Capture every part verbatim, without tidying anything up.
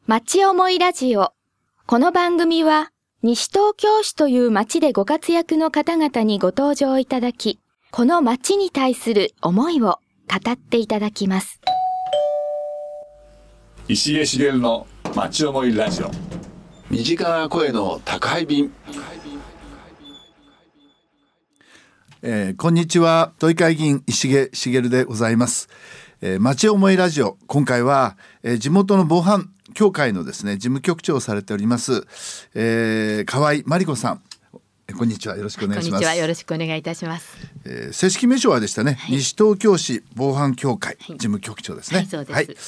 町思いラジオ。この番組は西東京市という町でご活躍の方々にご登場いただき、この町に対する思いを語っていただきます。 石毛茂の町思いラジオ。 身近な声の宅配便。 えー、こんにちは、都議会議員石毛茂でございます。えー、町思いラジオ、今回は、えー、地元の防犯協会のですね事務局長をされております、えー、河合真理子さん、えー、こんにちは、よろしくお願いします。 こんにちは、よろしくお願いいたします。 えー、正式名称はでしたね、はい、西東京市防犯協会事務局長ですね。 はい、そうです。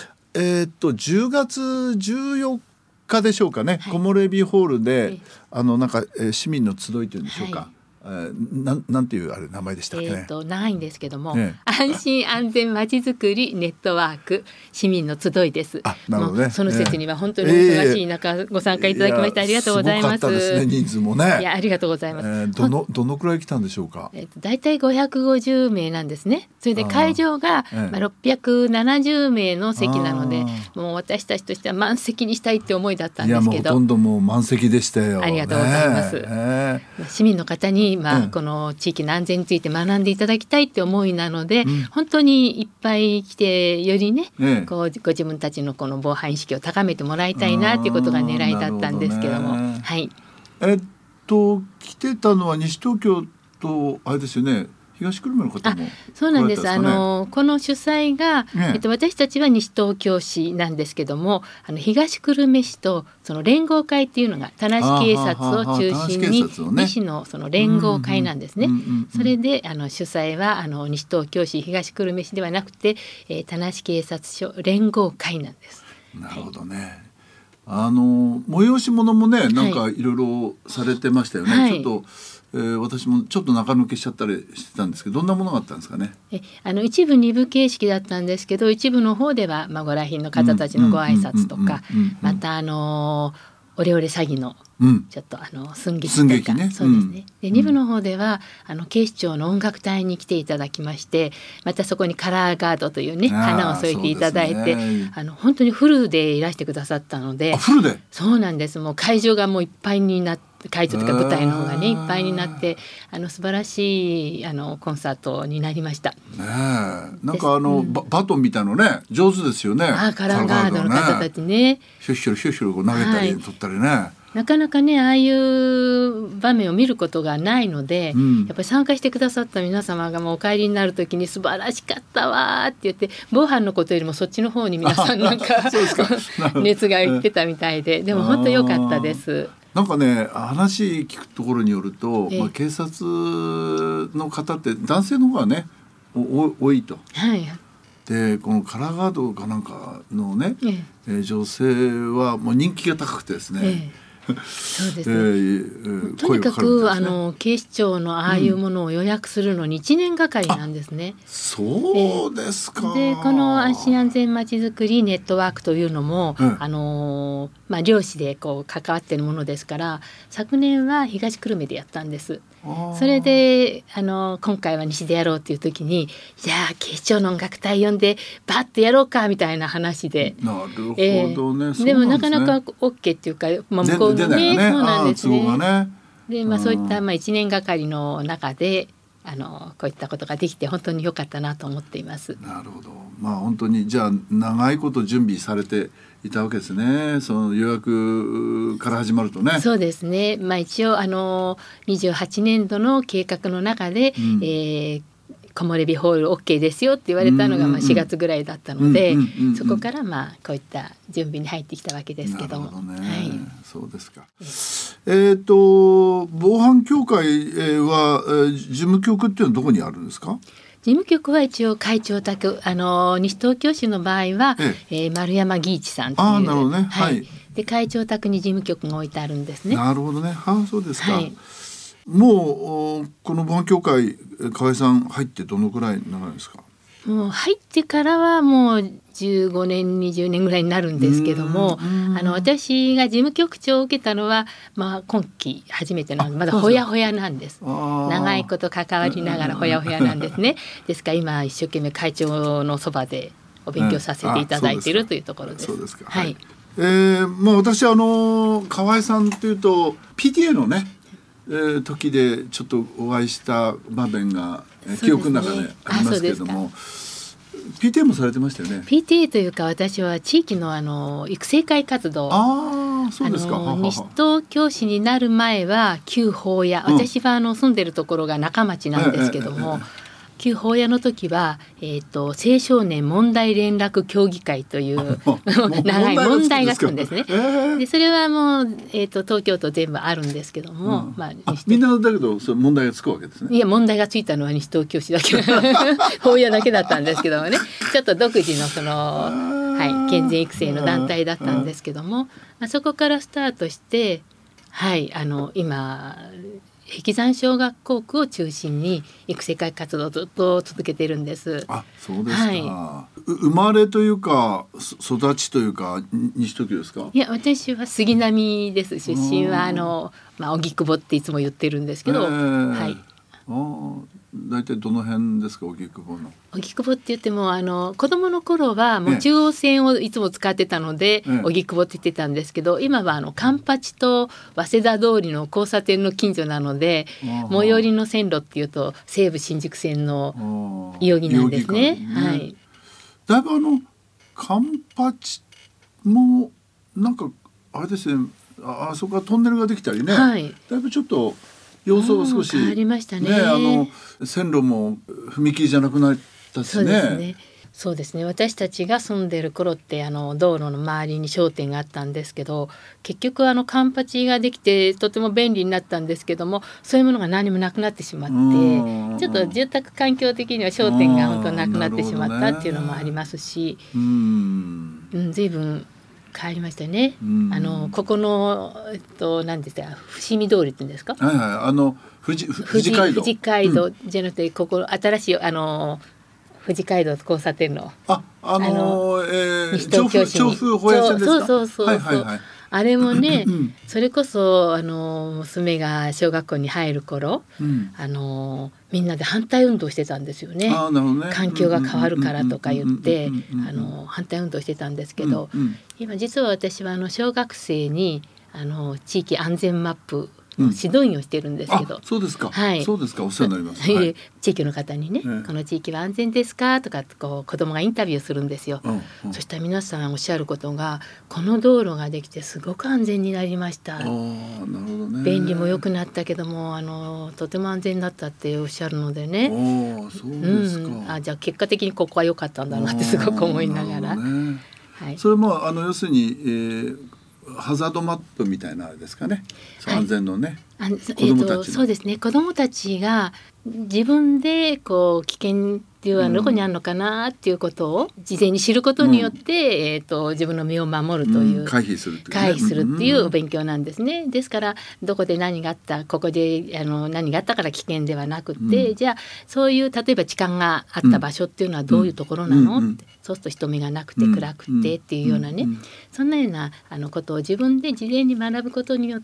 はい、えー、っとじゅうがつじゅうよっかでしょうかね、はい、木漏れ日ホールで、はい、あのなんか、えー、市民の集いというんでしょうか、はい、えー、な, なんていうあれ名前でしたっけね。 えー、と長いんですけども、 ね、 安心安全まちづくりネットワーク市民の集いです。 あ、なるほどね。 その説には本当にお忙しい中、えー、ご参加いただきましてありがとうございます。 すごかったですね、人数もね。 いや、ありがとうございます。 えー、どのどのくらい来たんでしょうか。 えー、とだいたいごひゃくごじゅうめいなんですね。それで会場が、えーまあ、ろっぴゃくななじゅうめいの席なので、もう私たちとしては満席にしたいって思いだったんですけど、 いや、もうほとんどもう満席でしたよ。 ありがとうございます。 ねえー、 市民の方に、まあ、 うん、 この地域の安全について学んでいただきたいって思いなので、うん、本当にいっぱい来てよりね、ええ、こうご自分たちのこの防犯意識を高めてもらいたいなっていうことが狙いだったんですけども、 ね、 はい、 えっと来てたのは西東京とあれですよね、東久留米の方も。 そうなんです。あのこの主催が、ね、えっと、私たちは西東京市なんですけども、あの東久留米市とその連合会っていうのが田無警察を中心にに市のその連合会なんですね。それであの主催はあの西東京市東久留米市ではなくて、えー、田無警察署連合会なんです。 なるほどね。はい、あの催し物もね、なんかいろいろされてましたよね。はい、ちょっとえー、私もちょっと中抜けしちゃったりしてたんですけど、どんなものがあったんですかね。 えあの一部二部形式だったんですけど、一部の方では、まあ、ご来賓の方たちのご挨拶とか、またあのー、オレオレ詐欺のちょっとあの寸劇とか、ね、そうですね。で二部の方ではあの警視庁の音楽隊に来ていただきまして、またそこにカラーガードというね花を添えていただいて、ね、あの本当にフルでいらしてくださったので。 あ、フルで。 そうなんです。もう会場がもういっぱいになって会場というか舞台の方がねいっぱいになって、あの素晴らしいあのコンサートになりました。ねえ、なんかあの、うん、バ, バトンみたいのね上手ですよね。 あ、カラーガードの方たちね、 シュッシュルシュッシュルこう投げたり、はい、取ったりね。 なかなかねああいう場面を見ることがないので、うん、やっぱり参加してくださった皆様がもうお帰りになる時に素晴らしかったわって言って、防犯のことよりもそっちの方に皆さんなんか熱がいってたみたいで、でも本当良かったです。 なんかね、話聞くところによると、まあ、警察の方って男性の方がねお多いと、 はい、でこのカラーガードかなんかのね、ええ、女性はもう人気が高くてですね、ええそうですね、えー、とにかく、ね、あの警視庁のああいうものを予約するのにいちねんがかりなんですね。 うん、そうですか。 でこの安心安全まちづくりネットワークというのも、うん、あのまあ、漁師でこう関わっているものですから、昨年は東久留米でやったんです。それであの今回は西でやろうという時に、じゃあ警視庁の音楽隊呼んでバッとやろうかみたいな話で。 なるほどね、 えー、でもなかなか OK っていうか、まあ、向こうの ね, ねそうなんですね。ねで、まあ、そういったまあいちねんがかりの中であのこういったことができて本当に良かったなと思っています。 なるほど。まあ本当にじゃあ長いこと準備されていたわけですね。その予約から始まるとね。 そうですね、まあ、一応あのにじゅうはちねんどの計画の中で、うん、えー木漏れ日ホール OK ですよって言われたのがまあしがつぐらいだったので、そこからまあこういった準備に入ってきたわけですけども。 なるほどね、 はい、 そうですか。えーと防犯協会は、えー、事務局っていうのはどこにあるんですか。 事務局は一応会長宅、あの西東京市の場合は、えええー、丸山義一さんという、 あ、なるほどね、はい、 で会長宅に事務局が置いてあるんですね。 なるほどね、はあ、そうですか。 はい、 もうこの防犯協会河合さん入ってどのくらいになるんですか。 もう入ってからはもうじゅうごねんにじゅうねんぐらいになるんですけども、あの私が事務局長を受けたのは、まあ、今期初めてなのでまだほやほやなんです。長いこと関わりながらほやほやなんですね。ですから今一生懸命会長のそばでお勉強させていただいているというところです。 そうですか。 はい。 えーまあ、私あの河合さんというと ピーティーエー のね、えー、時でちょっとお会いした場面が、ね、記憶の中でありますけれども、ピーティーエー もされてましたよね。 ピーティーエー というか私は地域のあの育成会活動、 あそうですか。 あの西東京市になる前は旧宝屋、うん、私はあの住んでるところが中町なんですけども、ええええ旧宝屋の時は、えーと、青少年問題連絡協議会という長い問題がつくんですね。えー、でそれはもう、えーと、東京都全部あるんですけども、 うんまあ、 あみんなだけどそれ問題がつくわけですね。 いや問題がついたのは西東京市だけ宝屋だけだったんですけどもねちょっと独自のその、はい、健全育成の団体だったんですけども、まあ、そこからスタートして、はい、あの今碧山小学校区を中心に育成会活動をずっと続けているんです。 あ、そうですか。はい、生まれというか育ちというか西東京ですか。 いや私は杉並です。出身はあのまあ荻窪っていつも言ってるんですけど、えー、はい。 あ大体どの辺ですか荻窪の。 荻窪って言ってもあの子供の頃はもう中央線をいつも使ってたので、ええ、荻窪って言ってたんですけど今はあのカンパチと早稲田通りの交差点の近所なので最寄りの線路っていうと西武新宿線の伊予木なんですね。ねはい、 だいぶあのカンパチもなんかあれですね あ, あそこはトンネルができたりね、はい、だいぶちょっと様相が少し、 変わりましたね。 ねあの線路も踏切じゃなくなったしね。そうですね。 そうですね。私たちが住んでる頃ってあの道路の周りに商店があったんですけど、結局あのカンパチができてとても便利になったんですけども、そういうものが何もなくなってしまって、ちょっと住宅環境的には商店が本当なくなってしまったっていうのもありますし、うーん、うん、随分変わりましたね。あのここのえっと何ですか伏見通りって言うんですか。 はいはい、あの富士富士街道。 富士街道じゃなくて、うん、ここ新しいあの富士街道交差点のああのー、あのえー、調布調布保谷線ですか。 そうそうそうそう、はいはいはい、あれもね、 うん、 それこそあの娘が小学校に入る頃、うん、あのみんなで反対運動してたんですよね。 あ、なるほどね。 環境が変わるからとか言ってあの反対運動してたんですけど、うんうん、今実は私はあの小学生にあの地域安全マップ指導員をしてるんですけど、 うん、そうですか、 はい、 そうですか、お世話になります、はい、 地域の方にね、ね、この地域は安全ですかとかこう子供がインタビューするんですよ、うんうん、そしたら皆さんおっしゃることがこの道路ができてすごく安全になりました。あ、なるほどね。便利も良くなったけどもあのとても安全だったっておっしゃるのでね。 あ、そうですか、 うん、あ、じゃあ結果的にここは良かったんだなってすごく思いながら、ね、 はい、それもあの要するに、えーハザードマップみたいなあれですかね、はい、安全のね、あの子どもたちの、えーと、 そうですね、子どもたちが自分でこう危険っていうのはどこにあるのかなっていうことを事前に知ることによって、うん、えーと、自分の身を守るという、うん、 回避するっていうね、 回避するっていうお勉強なんですね。ですからどこで何があったここであの何があったから危険ではなくて、うん、じゃあそういう例えば痴漢があった場所っていうのはどういうところなの、うん、ってそうすると人目がなくて暗くてっていうようなね、そんなようなあのことを自分で事前に学ぶことによって、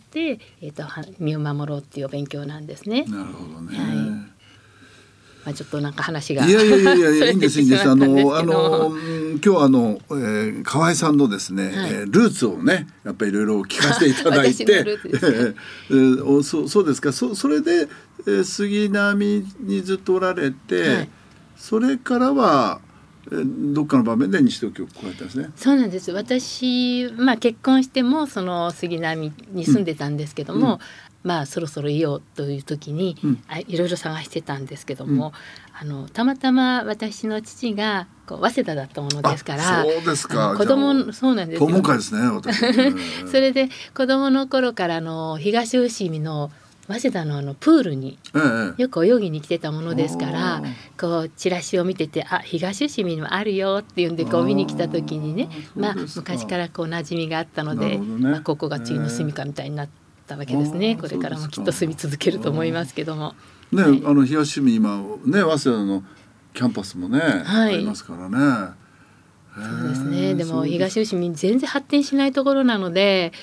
えーと、身を守ろうっていうお勉強なんですね。 なるほどね、 はい、まあ、ちょっとなんか話がいやいやいやいやいいんですいいんですあのあの今日はあの、えー、河合さんのですね、はい、えー、ルーツをねやっぱりいろいろ聞かせていただいてえー、そ, そうですか そ, それで、えー、杉並にずっとおられて、はい、それからはどっかの場面で西東京を来られたんですね。 そうなんです。私、まあ、結婚してもその杉並に住んでたんですけども、うん、まあそろそろいようという時に、うん、いろいろ探してたんですけども、うん、あのたまたま私の父がこう早稲田だったものですから。 そうですか。 子供そうなんですよ。 友会ですね私それで子供の頃からの東伏見の早稲田のあのプールによく泳ぎに来てたものですから、ええ、こうチラシを見ててあ東伏見にもあるよっていうんでこう見に来た時にね、まあ、昔からこう馴染みがあったので、ね、まあ、ここが次の住処みたいになったわけですね、え、これからもきっと住み続けると思いますけども、 ね、はい、あの東伏見今ね早稲田のキャンパスもね、はい、ありますからね。 そうですね。でも東伏見全然発展しないところなので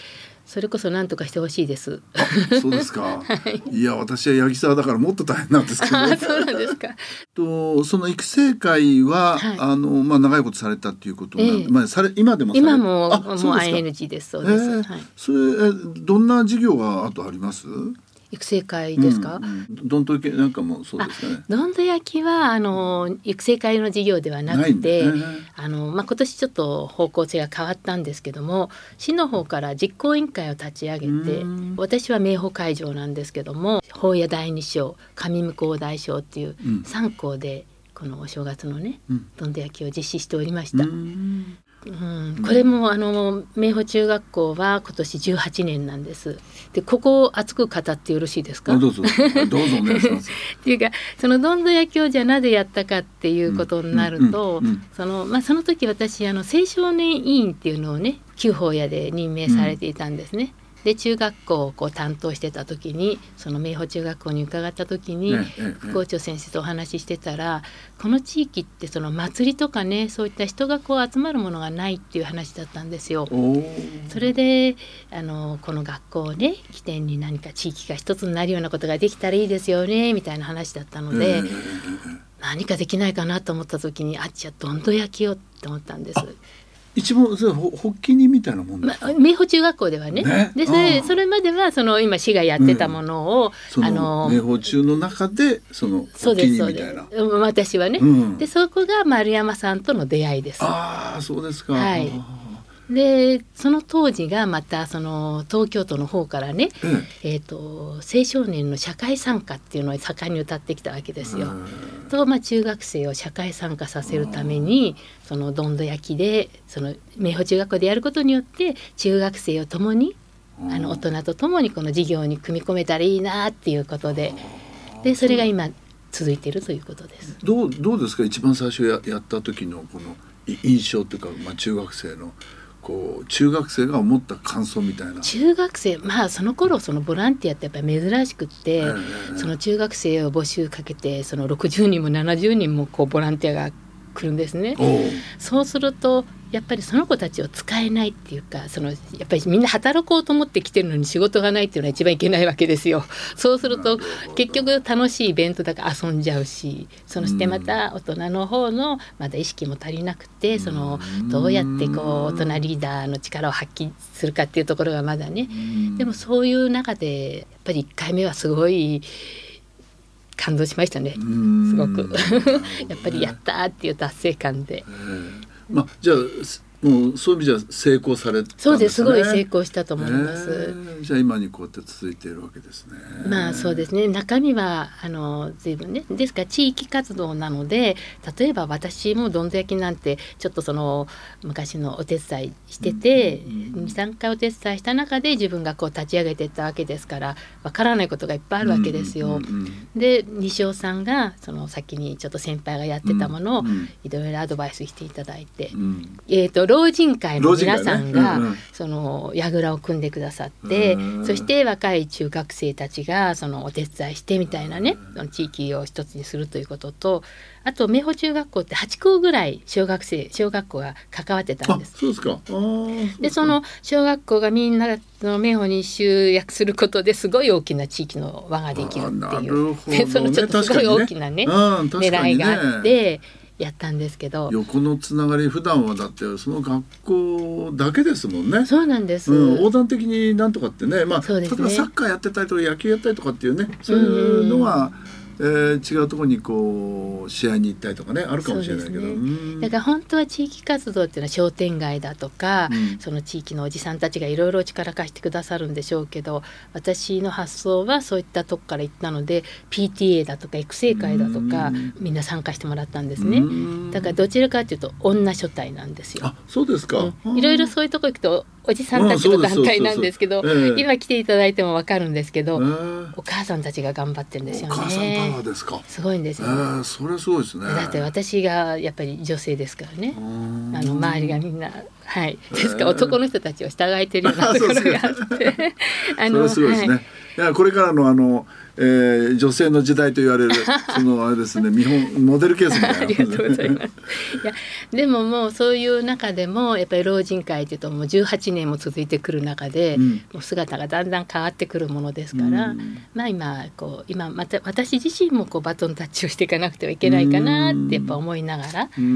それこそ何とかしてほしいです。 そうですか、 はい、 いや私は八木沢だからもっと大変なんですけどあそうなんですかとその育成会は、はい、あのまあ、長いことされたっていうことなん、えーまあ、され今でもされ今ももう アイエヌジー です。そうです、えーはい、 それえどんな授業があとあります？ 育成会ですか？ うん、どんと焼きなんかもそうですかね。 どんと焼きはあの育成会の授業ではなくて、ねあのまあ、今年ちょっと方向性が変わったんですけども、市の方から実行委員会を立ち上げて、私は名保会場なんですけども、法屋第二章、上向こう大章っていうさん校でこのお正月のね、うん、どんと焼きを実施しておりました。うんうん、これもあの明保中学校は今年じゅうはちねんなんです。でここを熱く語ってよろしいですか？ どうぞどうぞお願いしますっていうかそのどんど焼きをじゃあなぜやったかっていうことになると、そのまあその時私あの青少年委員っていうのをね旧法屋で任命されていたんですね。うんで中学校をこう担当してた時にその明保中学校に伺った時に、ねね、副校長先生とお話ししてたら、この地域ってその祭りとかねそういった人がこう集まるものがないっていう話だったんですよ。それであのこの学校をね起点に何か地域が一つになるようなことができたらいいですよねみたいな話だったので、何かできないかなと思った時にあっちはどんど焼きよって思ったんです。 一番それ発起人みたいなもんですか？ まあ、明保中学校では ね, ねで そ, れそれまではその今市がやってたものを、 うん、あの明保中の中でその発起人みたいな。 私はね、うん、でそこが丸山さんとの出会いです。 ああそうですか。 はい。でその当時がまたその東京都の方からね、うんえー、と青少年の社会参加っていうのを盛んに歌ってきたわけですよ。と、まあ、中学生を社会参加させるためにそのどんど焼きでその明保中学校でやることによって中学生を共にあの大人と共にこの授業に組み込めたらいいなっていうことで、でそれが今続いているということです。 どう、どうですか一番最初 や, やった時のこの印象というか、まあ、中学生のこう中学生が思った感想みたいな。 中学生まあその頃そのボランティアってやっぱり珍しくって、えー、その中学生を募集かけてそのろくじゅうにんもななじゅうにんもこうボランティアが来るんですね。そうするとやっぱりその子たちを使えないっていうか、そのやっぱりみんな働こうと思って来てるのに仕事がないっていうのは一番いけないわけですよ。そうすると結局楽しいイベントだから遊んじゃうし、そしてまた大人の方のまだ意識も足りなくて、そのどうやってこう大人リーダーの力を発揮するかっていうところがまだね。でもそういう中でやっぱりいっかいめはすごい感動しましたね。すごくやっぱりやったっていう達成感で、 まあ、じゃあもうそういう意味じゃ成功されたんですね。 そうです、すごい成功したと思います、 えー、じゃあ今にこうやって続いているわけですね。 まあそうですね、中身はあの随分ね、ですから地域活動なので、例えば私もどんど焼きなんてちょっとその昔のお手伝いしてて、うん、にさんかいお手伝いした中で自分がこう立ち上げていったわけですから、わからないことがいっぱいあるわけですよ、うんうんうん、で西尾さんがその先にちょっと先輩がやってたものをいろいろアドバイスしていただいて、うん、えーと老人会の皆さんが、ねうんうん、その櫓を組んでくださって、そして若い中学生たちがそのお手伝いしてみたいなね、その地域を一つにするということと、あと明保中学校ってはち校ぐらい小学生小学校が関わってたんです。 あ、そうですか。あでその小学校がみんなその明保に集約することですごい大きな地域の輪ができるっていう、ね、でそのちょっとすごい大きなね、ね狙いがあってやったんですけど、 横のつながり普段はだってその学校だけですもんね。 そうなんです、 うん、横断的になんとかってね、まあ、そうですね、例えばサッカーやってたりとか野球やったりとかっていうね、そういうのは、えー、違うところにこう試合に行ったりとかねあるかもしれないけど、ね、うん、 だから本当は地域活動っていうのは商店街だとか、うん、その地域のおじさんたちがいろいろ力貸してくださるんでしょうけど、私の発想はそういったとこから行ったので ピーティーエー だとか育成会だとか、うん、みんな参加してもらったんですね、うん、だからどちらかというと女所帯なんですよ。 あ、そうですか、 うん、いろいろそういうとこ行くとおじさんたちの団体なんですけど、今来ていただいても分かるんですけど、えー、お母さんたちが頑張ってるんですよね。 お母さんパワーですか。 すごいんですよ、 えー、それすごいですね。 だって私がやっぱり女性ですからね、あの周りがみんな、はい、ですから男の人たちを従えてるようなところがあってあの、 それすごいですね、はい、 いやこれからのあの、えー、女性の時代と言われるそのあれですね見本モデルケースみたいなありがとうございますいやでももうそういう中でもやっぱり老人会というともうじゅうはちねんも続いてくる中で、うん、もう姿がだんだん変わってくるものですから、うん、まあ今こう今また私自身もこうバトンタッチをしていかなくてはいけないかなってやっぱ思いながら、うん、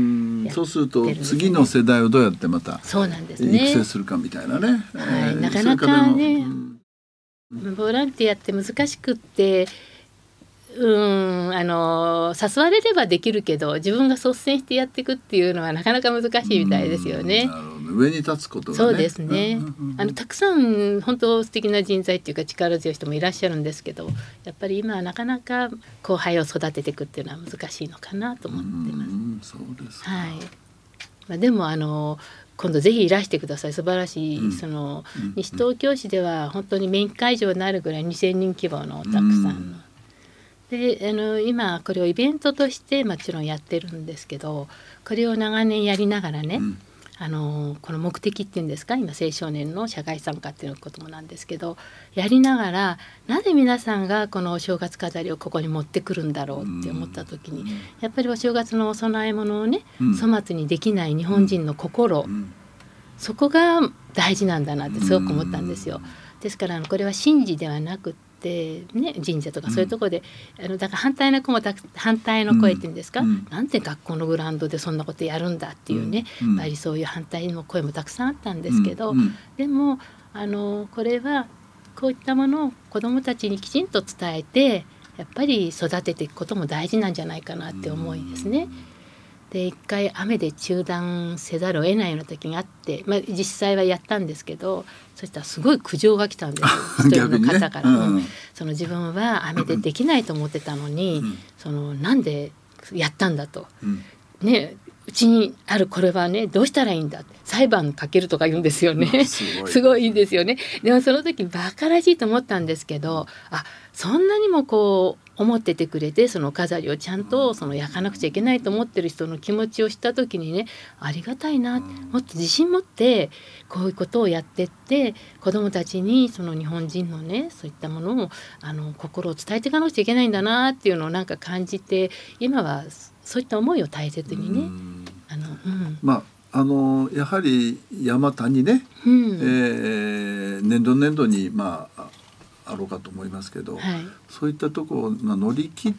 そうすると次の世代をどうやってまたそうなんですね育成するかみたいなね、 はい、なかなかね、うん、ボランティアって難しくってうんあの誘われればできるけど自分が率先してやっていくっていうのはなかなか難しいみたいですよね。 なるほど上に立つことがねそうですね、うんうんうん、あのたくさん本当素敵な人材っていうか力強い人もいらっしゃるんですけどやっぱり今はなかなか後輩を育てていくっていうのは難しいのかなと思ってます。 うんそうですか、 はいまあ、でもあの今度ぜひいらしてください素晴らしい、うん、その、うん、西東京市では本当にメイン会場になるぐらいにせんにん規模のたくさんの、うんであの今これをイベントとしてもちろんやってるんですけどこれを長年やりながらね、うん、あのこの目的っていうんですか今青少年の社会参加っていうこともなんですけどやりながらなぜ皆さんがこのお正月飾りをここに持ってくるんだろうって思った時に、うん、やっぱりお正月のお供え物をね、うん、粗末にできない日本人の心、うん、そこが大事なんだなってすごく思ったんですよ。ですからこれは神事ではなくでね、神社とかそういうところで、うん、あのだから反対の子もた反対の声っていうんですか、うん、なんで学校のグラウンドでそんなことやるんだっていうね、うん、やっぱりそういう反対の声もたくさんあったんですけど、うんうん、でもあのこれはこういったものを子どもたちにきちんと伝えてやっぱり育てていくことも大事なんじゃないかなって思いですね。で一回雨で中断せざるを得ないような時があって、まあ、実際はやったんですけどそしたらすごい苦情が来たんですよ一人の方から、ねうん、その自分は雨でできないと思ってたのに、うん、そのなんでやったんだと、うん、ねうちにあるこれはねどうしたらいいんだ裁判かけるとか言うんですよね、うん、すごい、すごいいいですよね。でもその時バカらしいと思ったんですけどあそんなにもこう思っててくれてその飾りをちゃんとその焼かなくちゃいけないと思ってる人の気持ちを知った時にねありがたいなもっと自信持ってこういうことをやってって子どもたちにその日本人のねそういったものをあの心を伝えていかなくちゃいけないんだなっていうのをなんか感じて今はそういった思いを大切にねあの、うん、 まああのやはり山谷ね、うんえー、年度年度にまああろうかと思いますけど、はい、そういったところを、まあ、乗り切って、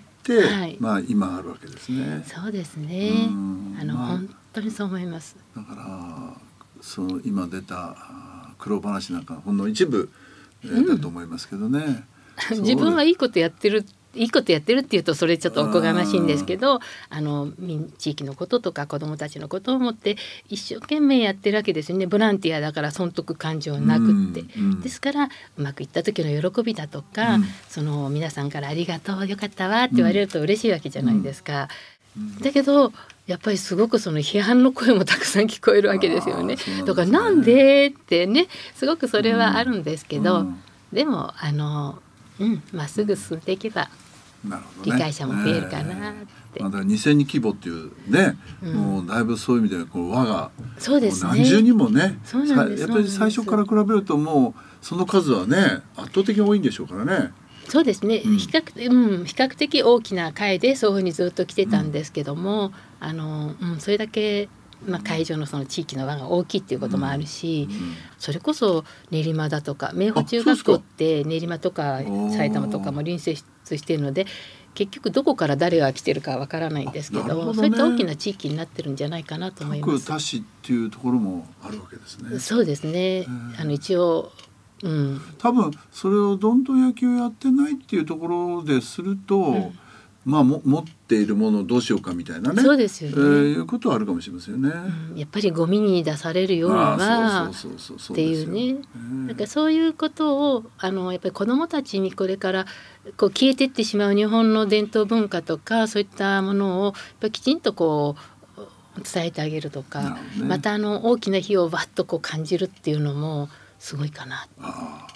はいまあ、今あるわけですね。 そうですねあの、まあ、本当にそう思います。 だからその今出た苦労話なんかほんの一部、えーうん、だと思いますけどね自分はいいことやってるいいことやってるっていうとそれちょっとおこがましいんですけどあの地域のこととか子どもたちのことを思って一生懸命やってるわけですよね。ボランティアだから損得感情なくって、うんうん、ですからうまくいった時の喜びだとか、うん、その皆さんからありがとうよかったわって言われると嬉しいわけじゃないですか、うんうん、だけどやっぱりすごくその批判の声もたくさん聞こえるわけですよね。だからなんでってねすごくそれはあるんですけど、うん、でもあのうん、まっすぐ進んでいけば理解者も増えるかなって、 えー、まだにせんにん規模っていうね、うん、もうだいぶそういう意味でこう輪がそうです、ね、 何重にもねそうなんです。 やっぱり最初から比べるともうその数はね圧倒的に多いんでしょうからね。 そうですね、うん、比較、うん、比較的大きな会でそういうふうにずっと来てたんですけども、うんあのうん、それだけまあ、会場のその地域の輪が大きいっていうこともあるし、うんうん、それこそ練馬だとか明豊中学校って練馬とか埼玉とかも隣接しているので結局どこから誰が来てるかわからないんですけ ど, ど、ね、そういった大きな地域になってるんじゃないかなと思います。 各多市っていうところもあるわけですね。 そうですねあの一応、うん、 多分それをどんどん野球やってないっていうところですると、うんまあ、も持っているものをどうしようかみたいなねそうですよね、えー、いうことはあるかもしれませんよね、 うん、やっぱりゴミに出されるよりはっていうねなんかそういうことをあのやっぱり子どもたちにこれからこう消えていってしまう日本の伝統文化とかそういったものをやっぱきちんとこう伝えてあげるとか、ね、またあの大きな火をわっとこう感じるっていうのもすごいかなっ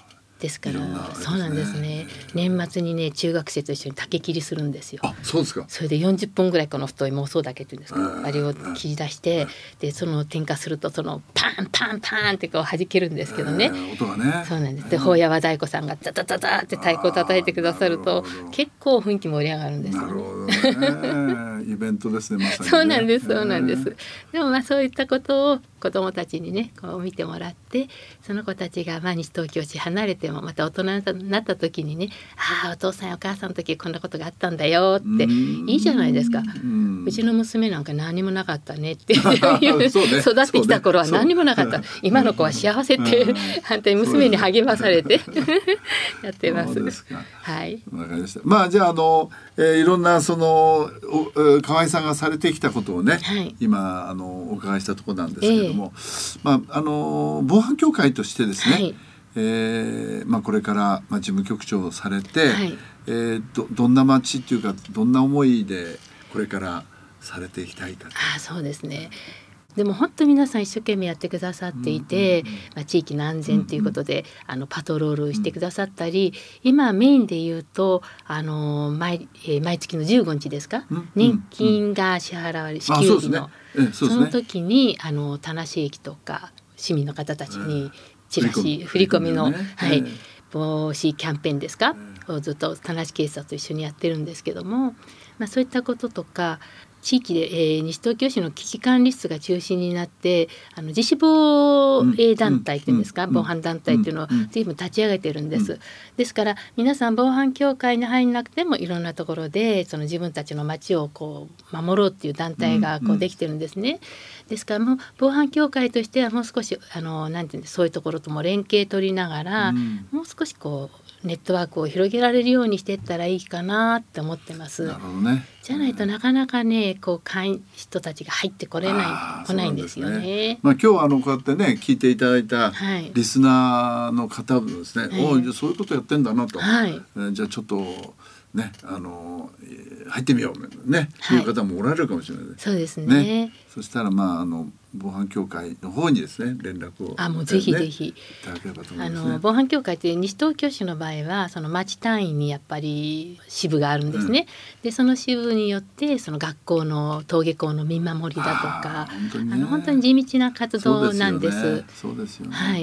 ですから、 いろんなあれですね。 そうなんですね。年末にね中学生と一緒に竹切りするんですよ。 あ、そうですか。 それでよんじゅっぽんぐらいこの太い妄想竹っていうんですか、 うんあれを切り出して、でその点火するとそのパンパンパンってこう弾けるんですけどね、 えー音がね。 そうなんです。で法山太鼓さんがザザザザって太鼓を叩いてくださるとなるほど結構雰囲気盛り上がるんですよなるね。 ほどね。イベントですね、まさにね。 そうなんですそうなんでえす。でもまあそういったことを子どもたちにねこう見てもらって、その子たちがまあ西東京市離れてもまた大人になった時にね、ああお父さんやお母さんの時こんなことがあったんだよっていいじゃないですか。うちの娘なんか何もなかったねってそうね育ってきた頃は何もなかった、 そう今の子は幸せって反対娘に励まされてやってます。 そうですか。 はい。 わかりました。まあじゃああの、えー、いろんなそのおえー河合さんがされてきたことをね、 はい、 今あのお伺いしたところなんですけれども、えー、まああの防犯協会としてですね、はい、えー、まあこれからまあ事務局長をされて、はい、えー、どどんな町っていうかどんな思いでこれからされていきたいか。 あ、そうですね。でも本当皆さん一生懸命やってくださっていて、うんうんうん、まあ、地域の安全ということで、うんうん、あのパトロールしてくださったり、うん、今メインで言うとあの 毎,、えー、毎月のじゅうごにちですか、うんうん、年金が支払われ支給日の そ,、ねそ, ね、その時にあの田無駅とか市民の方たちにチラシ、うん、振り込みの、ね、はい、防止キャンペーンですか、うん、をずっと田無警察と一緒にやってるんですけども、まあ、そういったこととか地域で、えー、西東京市の危機管理室が中心になってあの自主防衛団体っていうんですか、うん、防犯団体っていうのを随分立ち上げてるんです、うん、ですから皆さん防犯協会に入らなくてもいろんなところでその自分たちの街をこう守ろうっていう団体がこうできてるんですね。ですからもう防犯協会としてはもう少しあのなんていうんですそういうところとも連携取りながら、うん、もう少しこうネットワークを広げられるようにしていったらいいかなって思ってます。 なるほどね。 じゃないとなかなかねこう会員人たちが入ってこれない来ないんですよね。ね、 まあ、今日はあのこうやってね聞いていただいたリスナーの方もですね、はい、おじゃそういうことやってんだなと、はい、えー、じゃあちょっとねあの入ってみようね、はい、いう方もおられるかもしれない、 そうです ね, ねそしたらまああの防犯協会の方にですね連絡を、 あもうぜひぜひ、 ね、いただければと思いますね。 あの防犯協会って西東京市の場合はその町単位にやっぱり支部があるんですね、うん、でその支部によってその学校の登下校の見守りだとか本当に、ね、あの本当に地道な活動なんです。 そうですよね。 はい。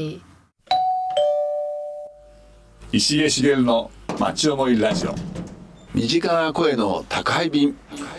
石毛茂の町思いラジオ、 身近な声の宅配便。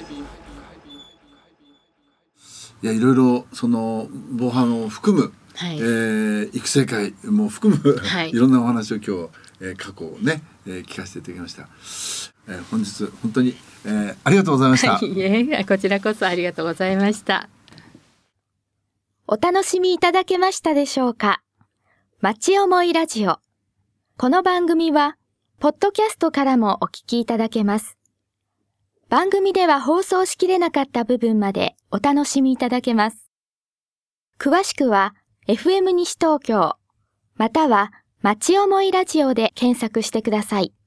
いやいろいろその防犯を含む、はい、えー、育成会も含む、はい、いろんなお話を今日、えー、過去をね、えー、聞かせていただきました、えー、本日本当に、えー、ありがとうございました、 はい、いえこちらこそありがとうございました。 お楽しみいただけましたでしょうか。町思いラジオ、この番組はポッドキャストからもお聞きいただけます。番組では放送しきれなかった部分までお楽しみいただけます。詳しくは エフエム 西東京または町思いラジオで検索してください。